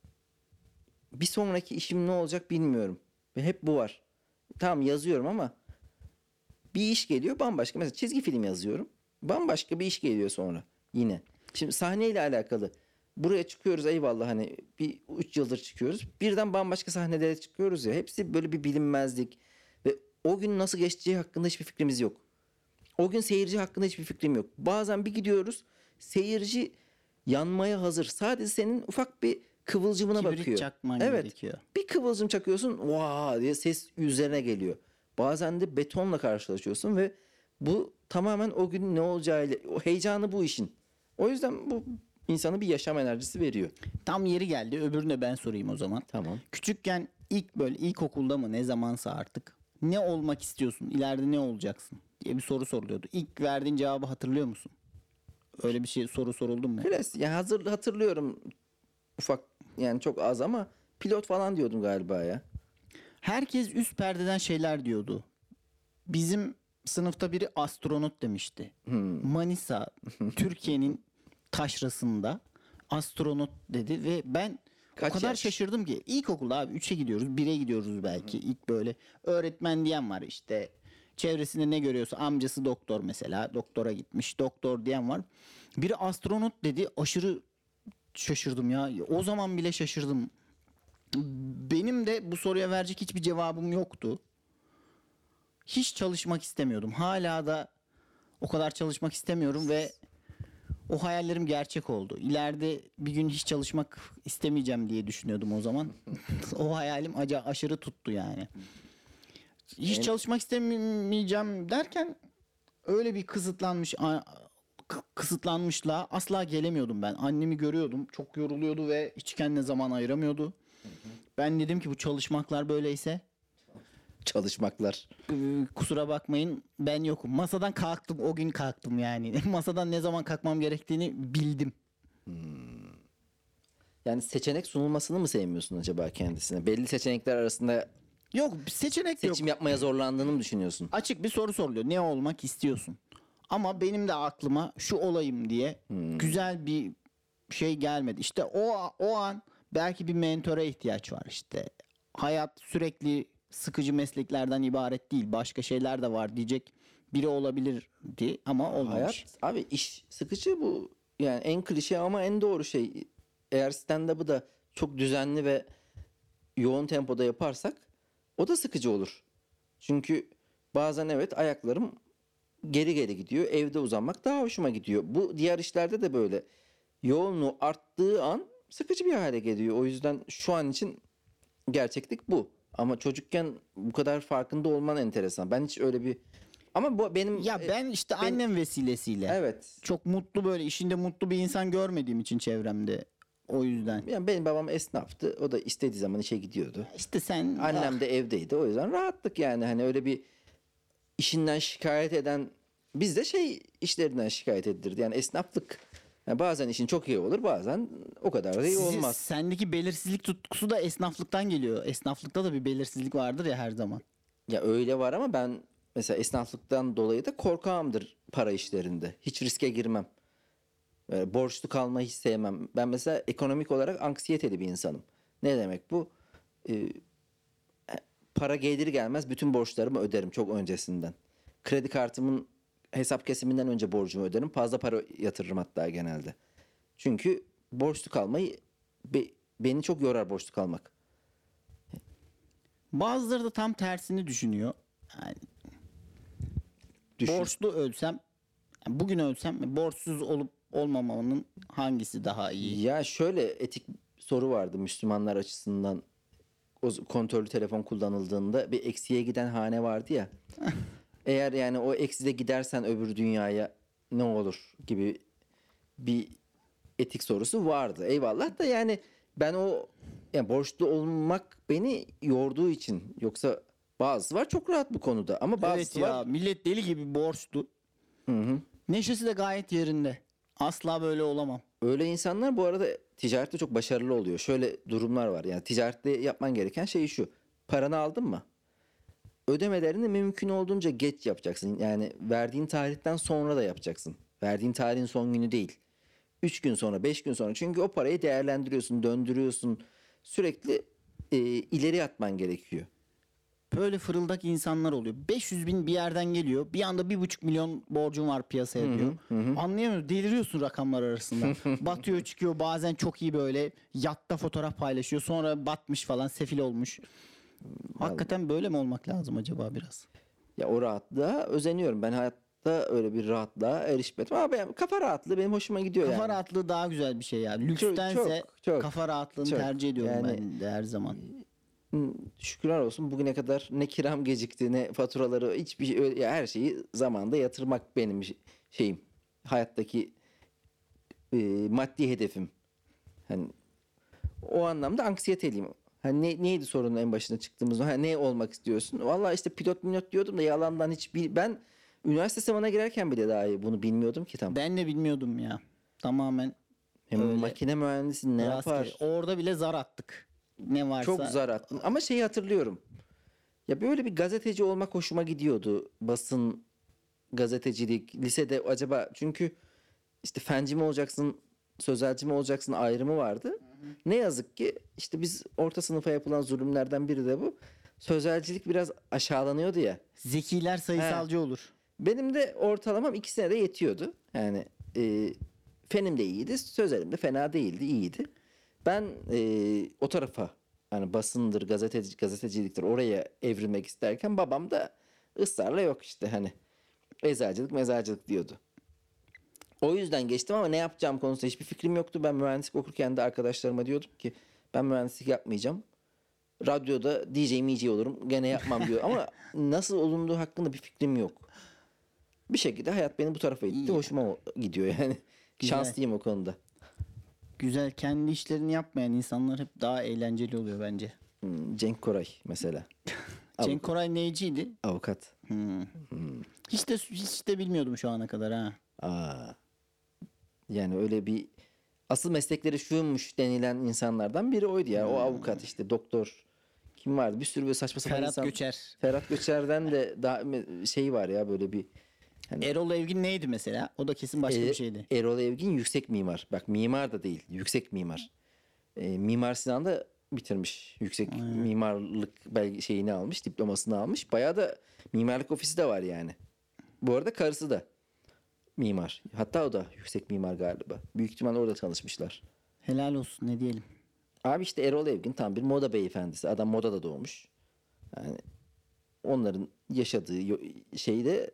bir sonraki işim ne olacak bilmiyorum. Ve hep bu var. Tamam yazıyorum ama bir iş geliyor bambaşka. Mesela çizgi film yazıyorum. Bambaşka bir iş geliyor sonra yine. Şimdi sahneyle alakalı. Buraya çıkıyoruz eyvallah hani bir üç yıldır çıkıyoruz. Birden bambaşka sahnelere çıkıyoruz ya. Hepsi böyle bir bilinmezlik. Ve o gün nasıl geçeceği hakkında hiçbir fikrimiz yok. O gün seyirci hakkında hiçbir fikrim yok. Bazen bir gidiyoruz seyirci yanmaya hazır. Sadece senin ufak bir kıvılcımına Kibrit bakıyor. çakman Evet. gerekiyor. Bir kıvılcım çakıyorsun vaa diye ses üzerine geliyor. Bazen de betonla karşılaşıyorsun ve bu tamamen o gün ne olacağıyla o heyecanı bu işin. O yüzden bu insana bir yaşam enerjisi veriyor. Tam yeri geldi. Öbürünü de ben sorayım o zaman. Tamam. Küçükken ilk böyle ilkokulda mı ne zamansa artık ne olmak istiyorsun? İleride ne olacaksın diye bir soru soruluyordu. İlk verdiğin cevabı hatırlıyor musun? Öyle bir şey soru soruldu mu? Klasik yani hazır hatırlıyorum ufak yani çok az ama pilot falan diyordum galiba ya. Herkes üst perdeden şeyler diyordu. Bizim sınıfta biri astronot demişti. Hmm. Manisa, Türkiye'nin taşrasında astronot dedi ve ben Kaç o kadar yaş? şaşırdım ki. İlkokulda abi üçe gidiyoruz, bire gidiyoruz belki. İlk böyle öğretmen diyen var işte. Çevresinde ne görüyorsa amcası doktor mesela. Doktora gitmiş. Doktor diyen var. Biri astronot dedi. Aşırı şaşırdım ya. O zaman bile şaşırdım. Benim de bu soruya verecek hiçbir cevabım yoktu. Hiç çalışmak istemiyordum. Hala da o kadar çalışmak istemiyorum ve o hayallerim gerçek oldu. İleride bir gün hiç çalışmak istemeyeceğim diye düşünüyordum o zaman. O hayalim aca aşırı tuttu yani. Hiç En- çalışmak istemeyeceğim derken öyle bir kısıtlanmış a- kı- kısıtlanmışla asla gelemiyordum ben. Annemi görüyordum. Çok yoruluyordu ve hiç kendine zaman ayıramıyordu. Ben dedim ki bu çalışmaklar böyleyse Çalışmaklar. Ee, kusura bakmayın ben yokum. Masadan kalktım o gün kalktım yani. Masadan ne zaman kalkmam gerektiğini bildim. Yani seçenek sunulmasını mı sevmiyorsun acaba kendisine? Belli seçenekler arasında Yok seçenek yok. seçim yapmaya zorlandığını mı düşünüyorsun? Açık bir soru soruluyor. Ne olmak istiyorsun? Ama benim de aklıma şu olayım diye güzel bir şey gelmedi. İşte o o an belki bir mentora ihtiyaç var işte. Hayat sürekli sıkıcı mesleklerden ibaret değil. Başka şeyler de var diyecek biri olabilirdi ama olmamış. Hayat abi iş sıkıcı bu. Yani en klişe ama en doğru şey. Eğer stand-up'ı da çok düzenli ve yoğun tempoda yaparsak o da sıkıcı olur. Çünkü bazen evet ayaklarım geri geri gidiyor. Evde uzanmak daha hoşuma gidiyor. Bu diğer işlerde de böyle. Yoğunluğu arttığı an sıkıcı bir hale geliyor. O yüzden şu an için gerçeklik bu. Ama çocukken bu kadar farkında olman enteresan. Ben hiç öyle bir ama bu benim Ya e, ben işte ben- annem vesilesiyle. evet. Çok mutlu böyle işinde mutlu bir insan görmediğim için çevremde. O yüzden. Yani benim babam esnaftı. O da istediği zaman işe gidiyordu. İşte sen Annem de evdeydi. O yüzden rahatlık yani. Hani öyle bir işinden şikayet eden biz de şey işlerinden şikayet edilirdi. Yani esnaflık. Yani bazen işin çok iyi olur, bazen o kadar da iyi Sizi- olmaz. sendeki belirsizlik tutkusu da esnaflıktan geliyor. Esnaflıkta da bir belirsizlik vardır ya her zaman. Ya öyle var ama ben mesela esnaflıktan dolayı da korkağımdır para işlerinde. Hiç riske girmem. Böyle borçlu kalmayı hiç sevmem. Ben mesela ekonomik olarak anksiyeteli bir insanım. Ne demek bu? Ee, para gelir gelmez bütün borçlarımı öderim çok öncesinden. Kredi kartımın hesap kesiminden önce borcumu öderim. Fazla para yatırırım hatta genelde. Çünkü borçlu kalmayı be- beni çok yorar borçlu kalmak. Bazıları da tam tersini düşünüyor. Yani Düşün. borçlu ölsem, yani bugün ölsem borçsuz olup olmamanın hangisi daha iyi? Ya şöyle etik soru vardı Müslümanlar açısından. o kontrollü telefon kullanıldığında bir eksiye giden hane vardı ya. Eğer yani o ekside gidersen öbür dünyaya ne olur gibi bir etik sorusu vardı. Eyvallah da yani ben o yani borçlu olmak beni yorduğu için, yoksa bazısı var çok rahat bu konuda ama bazısı Evet ya, var. millet deli gibi borçlu. Hı hı. Neşesi de gayet yerinde. Asla böyle olamam. Öyle insanlar bu arada ticarette çok başarılı oluyor. Şöyle durumlar var. Yani ticarette yapman gereken şey şu: paranı aldın mı? Ödemelerini mümkün olduğunca geç yapacaksın. Yani verdiğin tarihten sonra da yapacaksın. Verdiğin tarihin son günü değil. Üç gün sonra, beş gün sonra. Çünkü o parayı değerlendiriyorsun, döndürüyorsun. Sürekli e, ileri atman gerekiyor. Böyle fırıldak insanlar oluyor. beş yüz bin bir yerden geliyor. Bir anda bir buçuk milyon borcun var piyasaya diyor. Anlayamıyorum. Deliriyorsun rakamlar arasında. Batıyor çıkıyor. Bazen çok iyi böyle yatta fotoğraf paylaşıyor. Sonra batmış falan, sefil olmuş. Hakikaten böyle mi olmak lazım acaba biraz? Ya o rahatlığa özeniyorum. Ben hayatta öyle bir rahatlığa erişmedim. Ama ben, kafa rahatlığı benim hoşuma gidiyor Kafa yani. rahatlığı daha güzel bir şey ya. Lükstense çok, çok, kafa rahatlığını çok. tercih ediyorum Yani- ben de her zaman. Hı, Şükürler olsun bugüne kadar ne kiram gecikti ne faturaları, hiçbir şey, öyle- ya her şeyi zamanında yatırmak benim ş- şeyim. Hayattaki e, maddi hedefim. Hani o anlamda anksiyeteliyim. Hani ne, neydi sorunun en başına çıktığımızda? Ha, ne olmak istiyorsun? Vallahi işte pilot pilot diyordum da yalandan hiç bil- ben üniversite sınavına girerken bile dahi bunu bilmiyordum ki tam. Ben de bilmiyordum ya. Tamamen Hem öyle makine mühendisi ne rastgele. yapar? Orada bile zar attık. Ne varsa. Çok zar attın. Ama şeyi hatırlıyorum. Ya böyle bir gazeteci olmak hoşuma gidiyordu. Basın, gazetecilik, lisede acaba, çünkü işte fenci mi olacaksın, sözelci mi olacaksın ayrımı vardı. Ne yazık ki işte biz orta sınıfa yapılan zulümlerden biri de bu. Sözelcilik biraz aşağılanıyordu ya. Zekiler sayısalcı olur. Benim de ortalamam ikisine de yetiyordu. Yani e, fenim de iyiydi, sözelim de fena değildi, iyiydi. Ben e, o tarafa, yani basındır, gazeteci, gazeteciliktir, oraya evrilmek isterken babam da ısrarla yok işte hani eczacılık mezacılık diyordu. O yüzden geçtim ama ne yapacağım konusunda hiçbir fikrim yoktu. Ben mühendislik okurken de arkadaşlarıma diyordum ki ben mühendislik yapmayacağım. Radyoda D J M J olurum, gene yapmam diyor. Ama nasıl olunduğu hakkında bir fikrim yok. Bir şekilde hayat beni bu tarafa itti. İyi. Hoşuma o- gidiyor yani. Güzel. Şanslıyım o konuda. Güzel, kendi işlerini yapmayan insanlar hep daha eğlenceli oluyor bence. Hmm, Cenk Koray mesela. Cenk Koray neyciydi? Avukat. Hmm. Hiç de hiç de bilmiyordum şu ana kadar ha. Aa. Yani öyle bir asıl meslekleri şuymuş denilen insanlardan biri oydu ya. O avukat işte, doktor. Kim vardı? Bir sürü böyle saçma sapan Ferhat insan. Göçer. Ferhat Göçer'den de daha şey var ya, böyle bir Erol Evgin neydi mesela? O da kesin başka E- bir şeydi. Erol Evgin yüksek mimar. Bak, mimar da değil, yüksek mimar. E, Mimar Sinan'da bitirmiş. Yüksek mimarlık belge şeyini almış, diplomasını almış. Bayağı da mimarlık ofisi de var yani. Bu arada karısı da mimar. Hatta o da yüksek mimar galiba. Büyük ihtimal orada çalışmışlar. Helal olsun, ne diyelim. Abi işte Erol Evgin tam bir moda beyefendisi. Adam modada doğmuş. Yani onların yaşadığı yo- şeyde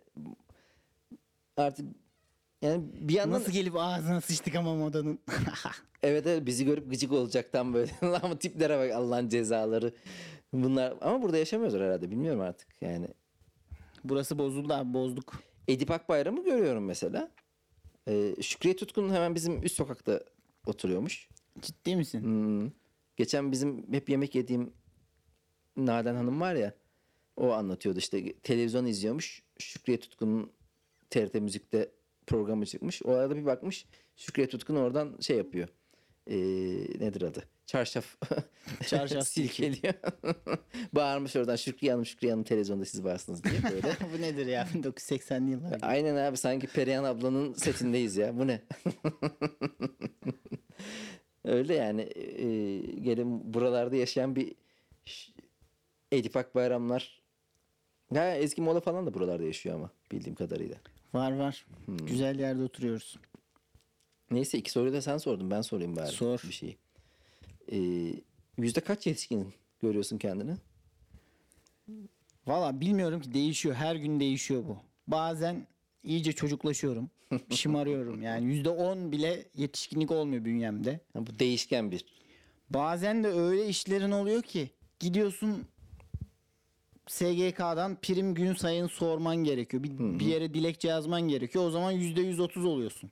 artık yani bir yandan Nasıl gelip ağzına sıçtık ama modanın. evet, evet, bizi görüp gıcık olacaktan böyle. Ama tiplere bak, Allah'ın cezaları. Bunlar ama burada yaşamıyorlar herhalde, bilmiyorum artık yani. Burası bozuldu abi, bozduk. Edip Akbayram'ı görüyorum mesela. Ee, Şükriye Tutkun hemen bizim üst sokakta oturuyormuş. Ciddi misin? Hmm. Geçen bizim hep yemek yediğim Naden Hanım var ya, o anlatıyordu işte, televizyon izliyormuş. Şükriye Tutkun'un T R T Müzik'te programı çıkmış. O arada bir bakmış, Şükriye Tutkun oradan şey yapıyor. Ee, nedir adı? Çarşaf. Çarşaf silkeliyor. Bağırmış oradan, Şükriye Hanım, Şükriye Hanım televizyonda siz varsınız diye böyle. Bu nedir ya? bin dokuz yüz seksenli yıllar gibi. Aynen abi, sanki Perihan ablanın setindeyiz ya. Bu ne? Öyle yani. e, gelin buralarda yaşayan bir ş- Edip Akbayramlar. Ya Ezgi Mola falan da buralarda yaşıyor ama bildiğim kadarıyla. Var var. Hmm. Güzel yerde oturuyoruz. Neyse, iki soruyu da sen sordun. Ben sorayım bari. Sor. Bir şey. Ee, yüzde kaç yetişkin görüyorsun kendini? Valla bilmiyorum ki, değişiyor. Her gün değişiyor bu. Bazen iyice çocuklaşıyorum. Şımarıyorum. Yani yüzde on bile yetişkinlik olmuyor bünyemde. Ha, bu değişken bir. Bazen de öyle işlerin oluyor ki gidiyorsun S G K'dan prim gün sayını sorman gerekiyor. Bir, bir yere dilekçe yazman gerekiyor. O zaman yüzde yüz otuz oluyorsun.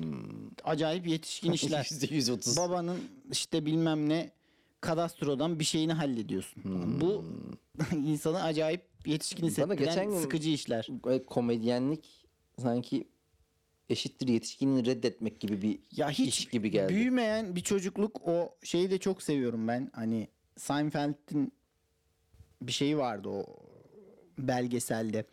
Acayip yetişkin işler. yüzde yüz otuz. Babanın işte bilmem ne kadastrodan bir şeyini hallediyorsun. Bu insanı acayip yetişkin hissettiren geçen gün- sıkıcı işler. Böyle komedyenlik sanki eşittir yetişkinliği reddetmek gibi bir Ya hiç iş gibi geldi. büyümeyen bir çocukluk, o şeyi de çok seviyorum ben. Hani Seinfeld'in bir şeyi vardı o belgeselde.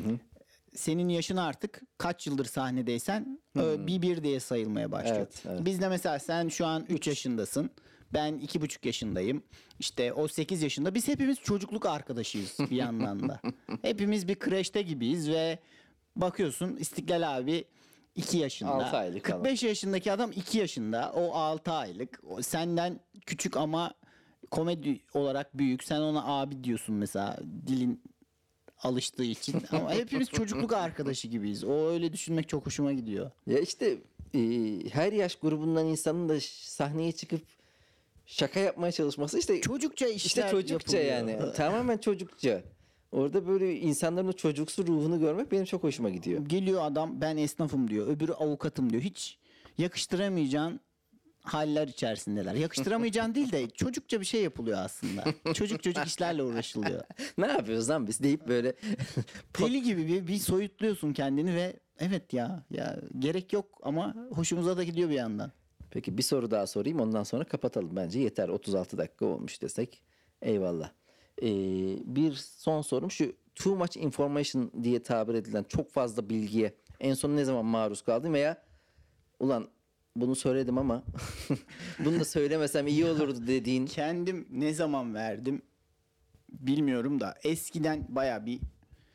Senin yaşın artık kaç yıldır sahnedeysen ö, bir bir diye sayılmaya başlıyor. Evet, evet. Biz de mesela sen şu an üç yaşındasın. Ben iki buçuk yaşındayım. İşte o sekiz yaşında. Biz hepimiz çocukluk arkadaşıyız bir yandan da. Hepimiz bir kreşte gibiyiz ve bakıyorsun İstiklal abi iki yaşında. Altı aylık kırk beş yaşındaki adam iki yaşında. O altı aylık. O senden küçük ama komedi olarak büyük. Sen ona abi diyorsun mesela, dilin alıştığı için. Ama hepimiz çocukluk arkadaşı gibiyiz. O öyle düşünmek çok hoşuma gidiyor. Ya işte e, her yaş grubundan insanın da ş- sahneye çıkıp şaka yapmaya çalışması işte Çocukça işler işte çocukça yapılıyor. yani. Tamamen çocukça. Orada böyle insanların o çocuksu ruhunu görmek benim çok hoşuma gidiyor. Geliyor adam, ben esnafım diyor. Öbürü avukatım diyor. Hiç yakıştıramayacağın haller içerisindeler. Yakıştıramayacağın değil de çocukça bir şey yapılıyor aslında. Çocuk çocuk işlerle uğraşılıyor. Ne yapıyoruz lan biz deyip böyle Deli gibi bir, bir soyutluyorsun kendini ve evet ya ya gerek yok ama hoşumuza da gidiyor bir yandan. Peki bir soru daha sorayım, ondan sonra kapatalım. Bence yeter, otuz altı dakika olmuş desek eyvallah. Ee, bir son sorum şu: too much information diye tabir edilen çok fazla bilgiye en son ne zaman maruz kaldın veya ulan bunu söyledim ama bunu da söylemesem iyi olurdu dediğin. Kendim ne zaman verdim bilmiyorum da eskiden baya bir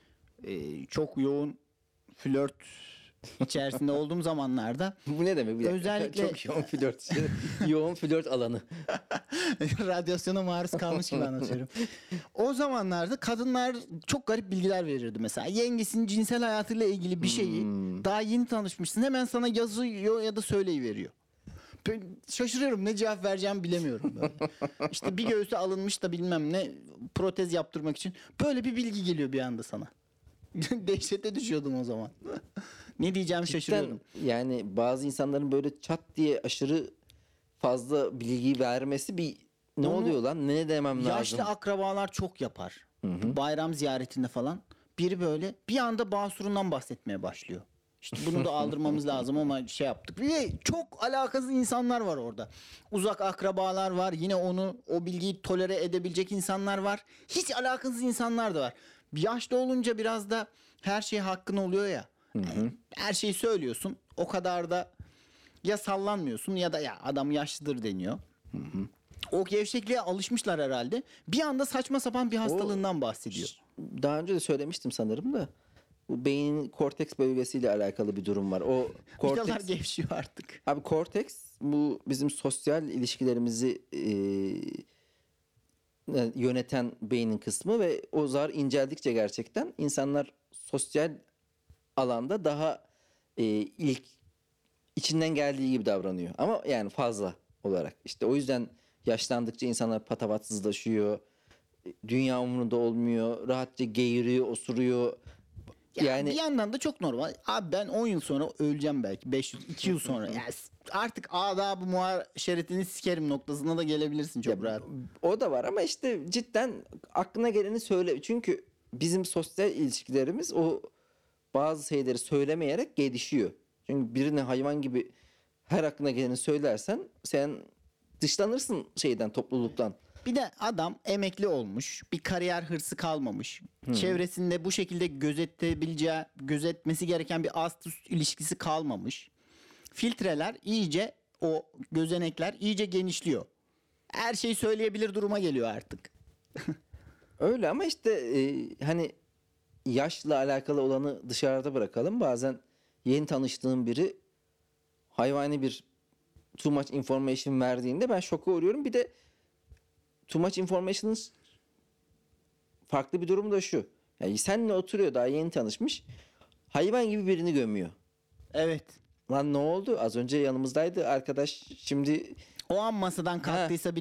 e, çok yoğun flört içerisinde olduğum zamanlarda Bu ne demek? Bir dakika. Özellikle- Çok yoğun flört. yoğun flört alanı. radyasyona maruz kalmış gibi anlatıyorum. O zamanlarda kadınlar çok garip bilgiler verirdi mesela. Yengesinin cinsel hayatıyla ilgili bir şeyi daha yeni tanışmışsın, hemen sana yazıyor ya da söyleyiveriyor. Ben şaşırıyorum, ne cevap vereceğimi bilemiyorum böyle. İşte bir göğsü alınmış da bilmem ne, protez yaptırmak için böyle bir bilgi geliyor bir anda sana. Dehşete düşüyordum o zaman. Ne diyeceğimi şaşırıyordum. Cidden yani bazı insanların böyle çat diye aşırı fazla bilgi vermesi bir ne Onu oluyor lan, ne demem Yaşlı lazım. akrabalar çok yapar. Bayram ziyaretinde falan. Biri böyle bir anda basurundan bahsetmeye başlıyor. İşte bunu da aldırmamız lazım ama şey yaptık. Ve çok alakasız insanlar var orada. Uzak akrabalar var. Yine onu, o bilgiyi tolere edebilecek insanlar var. Hiç alakasız insanlar da var. Yaşlı olunca biraz da her şey hakkın oluyor ya. Yani her şeyi söylüyorsun. O kadar da ya sallanmıyorsun ya da ya adam yaşlıdır deniyor. O gevşekliğe alışmışlar herhalde. Bir anda saçma sapan bir hastalığından bahsediyor. Daha önce de söylemiştim sanırım da bu beynin korteks bölgesiyle alakalı bir durum var. O Vidalar korteks, gevşiyor artık. abi korteks bu bizim sosyal ilişkilerimizi e, yöneten beynin kısmı ve o zar inceldikçe gerçekten insanlar sosyal alanda daha e, ilk içinden geldiği gibi davranıyor. Ama yani fazla olarak. İşte o yüzden yaşlandıkça insanlar patavatsızlaşıyor. Dünya umurunda olmuyor. Rahatça geğiriyor, osuruyor. Ya Yani bir yandan da çok normal. Abi ben on yıl sonra öleceğim belki. beş yüz iki yıl sonra. Yani artık adab-ı muaşeretini sikerim noktasına da gelebilirsin çok rahat. o da var ama işte cidden aklına geleni söyle. Çünkü bizim sosyal ilişkilerimiz o bazı şeyleri söylemeyerek gelişiyor. Çünkü birine hayvan gibi her aklına geleni söylersen sen dışlanırsın şeyden, topluluktan. Bir de adam emekli olmuş. Bir kariyer hırsı kalmamış. Çevresinde bu şekilde gözetebileceği, gözetmesi gereken bir ast üst ilişkisi kalmamış. Filtreler iyice, o gözenekler iyice genişliyor. Her şeyi söyleyebilir duruma geliyor artık. Öyle ama işte e, hani yaşla alakalı olanı dışarıda bırakalım. Bazen yeni tanıştığım biri hayvani bir too much information verdiğinde ben şoka uğruyorum. Bir de too much information'ın farklı bir durumu da şu. Yani seninle oturuyor, daha yeni tanışmış. Hayvan gibi birini gömüyor. Evet. Lan ne oldu? Az önce yanımızdaydı arkadaş. Şimdi O an masadan kalktıysa bir de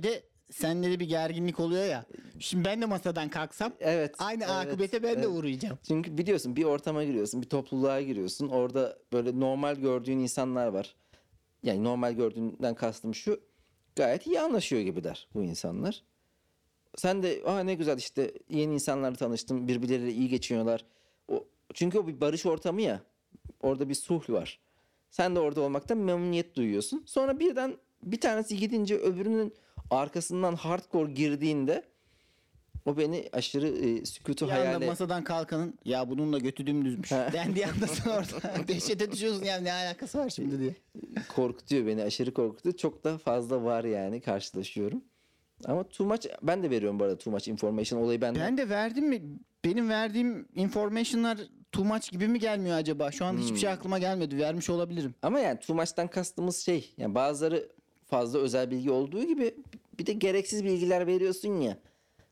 sende de bir gerginlik oluyor ya. Şimdi ben de masadan kalksam Evet. aynı evet, akıbete ben de evet. uğrayacağım. Çünkü biliyorsun bir ortama giriyorsun, bir topluluğa giriyorsun. Orada böyle normal gördüğün insanlar var. Yani normal gördüğünden kastım şu. Gayet iyi anlaşıyor gibiler bu insanlar. Sen de aa ne güzel işte yeni insanlarla tanıştım. Birbirleriyle iyi geçiniyorlar. O, çünkü o bir barış ortamı ya. Orada bir sulh var. Sen de orada olmaktan memnuniyet duyuyorsun. Sonra birden bir tanesi gidince öbürünün arkasından hardcore girdiğinde o beni aşırı e, sükutu Bir anda hayale masadan kalkanın ya bunun da götü dümdüzmüş. Dendiği anda sen orada dehşete düşüyorsun yani ne alakası var şimdi diye. korkutuyor beni. Aşırı korkutuyor. Çok da fazla var yani karşılaşıyorum. Ama too much ben de veriyorum bu arada too much information olayı bende. Ben de verdim mi? Benim verdiğim information'lar too much gibi mi gelmiyor acaba? Şu anda hiçbir şey aklıma gelmedi. Vermiş olabilirim. Ama yani too much'tan kastımız şey. Yani bazıları fazla özel bilgi olduğu gibi bir de gereksiz bilgiler veriyorsun ya.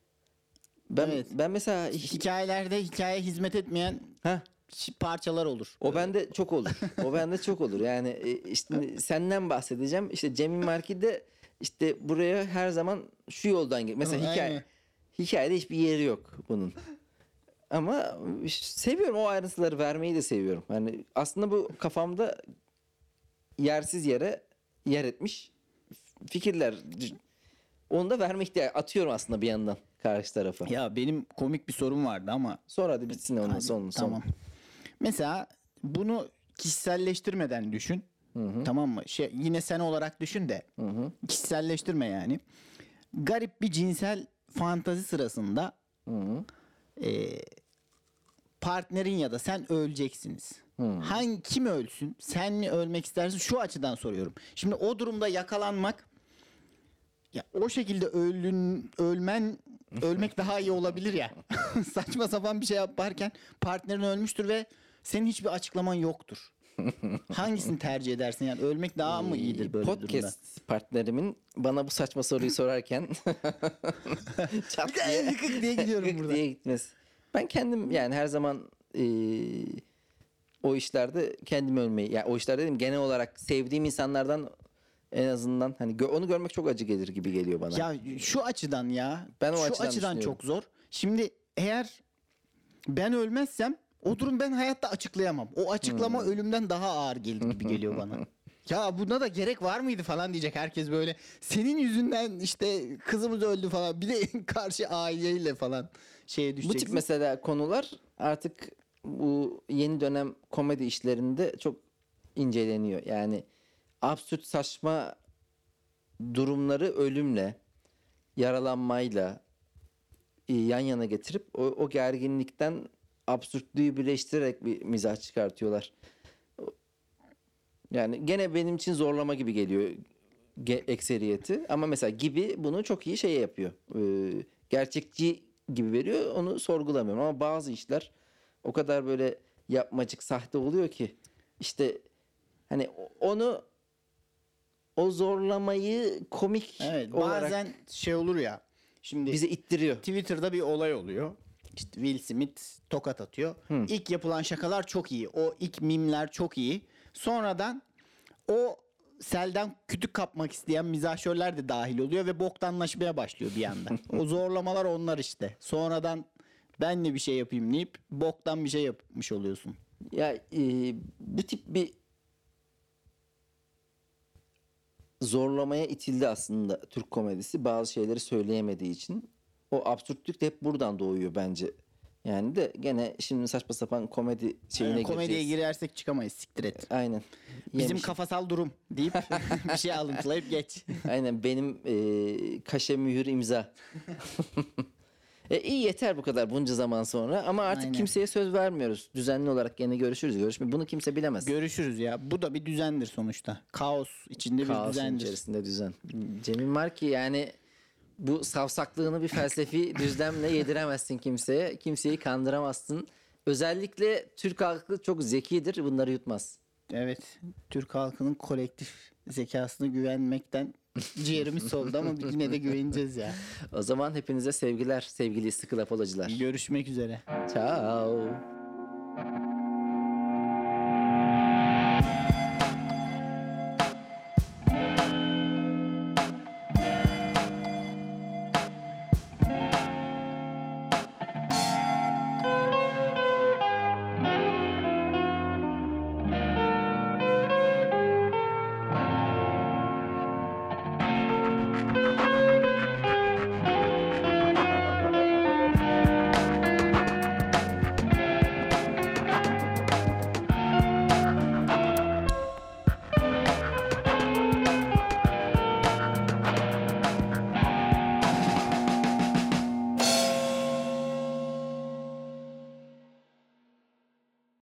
Ben Evet. ben mesela Hikayelerde hikaye hizmet etmeyen Heh, parçalar olur. o bende çok olur. O bende çok olur. Yani e, işte senden bahsedeceğim. İşte Cemil Marki'de işte buraya her zaman şu yoldan gel. Mesela Aynen. hikaye hikayede hiçbir yeri yok bunun. Ama seviyorum o ayrıntıları vermeyi de seviyorum. Yani aslında bu kafamda yersiz yere yer etmiş fikirler. Onu da verme ihtiyacı atıyorum aslında bir yandan karşı tarafa. Ya benim komik bir sorum vardı ama Sonra hadi bitsin onun Hadi, son tamam. son. Mesela bunu kişiselleştirmeden düşün. Tamam mı? Şey yine sen olarak düşün de. Kişiselleştirme yani. Garip bir cinsel fantazi sırasında e, partnerin ya da sen öleceksiniz. Hangi kim ölsün? Sen mi ölmek istersin? Şu açıdan soruyorum. Şimdi o durumda yakalanmak ya o şekilde ölün, ölmen ölmek daha iyi olabilir ya. Saçma sapan bir şey yaparken partnerin ölmüştür ve senin hiçbir açıklaman yoktur. Hangisini tercih edersin yani ölmek daha mı iyidir böyle bir durumda? Podcast partnerimin bana bu saçma soruyu sorarken çat diye, Yıkık diye gidiyorum yıkık burada. diye gitmez. Ben kendim yani her zaman e, o işlerde kendim ölmeyi yani o işler dedim genel olarak sevdiğim insanlardan en azından hani gö- onu görmek çok acı gelir gibi geliyor bana. Ya şu açıdan ya. Ben o şu açıdan açıdan düşünüyorum. çok zor. Şimdi eğer ben ölmezsem o durum ben hayatta açıklayamam. O açıklama Hmm. ölümden daha ağır gelir gibi geliyor bana. Ya buna da gerek var mıydı falan diyecek herkes böyle. Senin yüzünden işte kızımız öldü falan. Bir de karşı aileyle falan şeye Bu düşeceksin. tip mesela konular artık bu yeni dönem komedi işlerinde çok inceleniyor. Yani absürt saçma durumları ölümle, yaralanmayla e, yan yana getirip o, o gerginlikten absürtlüğü birleştirerek bir mizah çıkartıyorlar. Yani gene benim için zorlama gibi geliyor ge- ekseriyeti. Ama mesela gibi bunu çok iyi şey yapıyor. Ee, gerçekçi gibi veriyor. Onu sorgulamıyorum. Ama bazı işler o kadar böyle yapmacık, sahte oluyor ki işte hani o- onu o zorlamayı komik Evet, olarak bazen şey olur ya. Şimdi bize ittiriyor. Twitter'da bir olay oluyor. İşte Will Smith tokat atıyor. İlk yapılan şakalar çok iyi. O ilk mimler çok iyi. Sonradan o selden kütük kapmak isteyen mizahşörler de dahil oluyor ve boktanlaşmaya başlıyor bir anda. O zorlamalar onlar işte. Sonradan ben de bir şey yapayım deyip boktan bir şey yapmış oluyorsun. Ya e, bu tip bir zorlamaya itildi aslında Türk komedisi bazı şeyleri söyleyemediği için. O absürtlük de hep buradan doğuyor bence. Yani de gene şimdi saçma sapan komedi şeyine Yani komediye gireceğiz. girersek çıkamayız, siktir et. Aynen. Bizim Yemişim. kafasal durum deyip bir şey alıntılayıp geç. Aynen benim e, kaşe mühür imza. e, iyi yeter bu kadar bunca zaman sonra ama artık Aynen. kimseye söz vermiyoruz. Düzenli olarak gene görüşürüz. Görüşme bunu kimse bilemez. Görüşürüz ya. Bu da bir düzendir sonuçta. Kaos içinde bir Kaosun düzendir. içerisinde düzen. Cemil Marki yani bu savsaklığını bir felsefi düzlemle yediremezsin kimseye. Kimseyi kandıramazsın. Özellikle Türk halkı çok zekidir. Bunları yutmaz. Evet. Türk halkının kolektif zekasına güvenmekten ciğerimiz soldu ama yine de güveneceğiz ya. O zaman hepinize sevgiler sevgili sıkı laf olacılar. Görüşmek üzere. Ciao.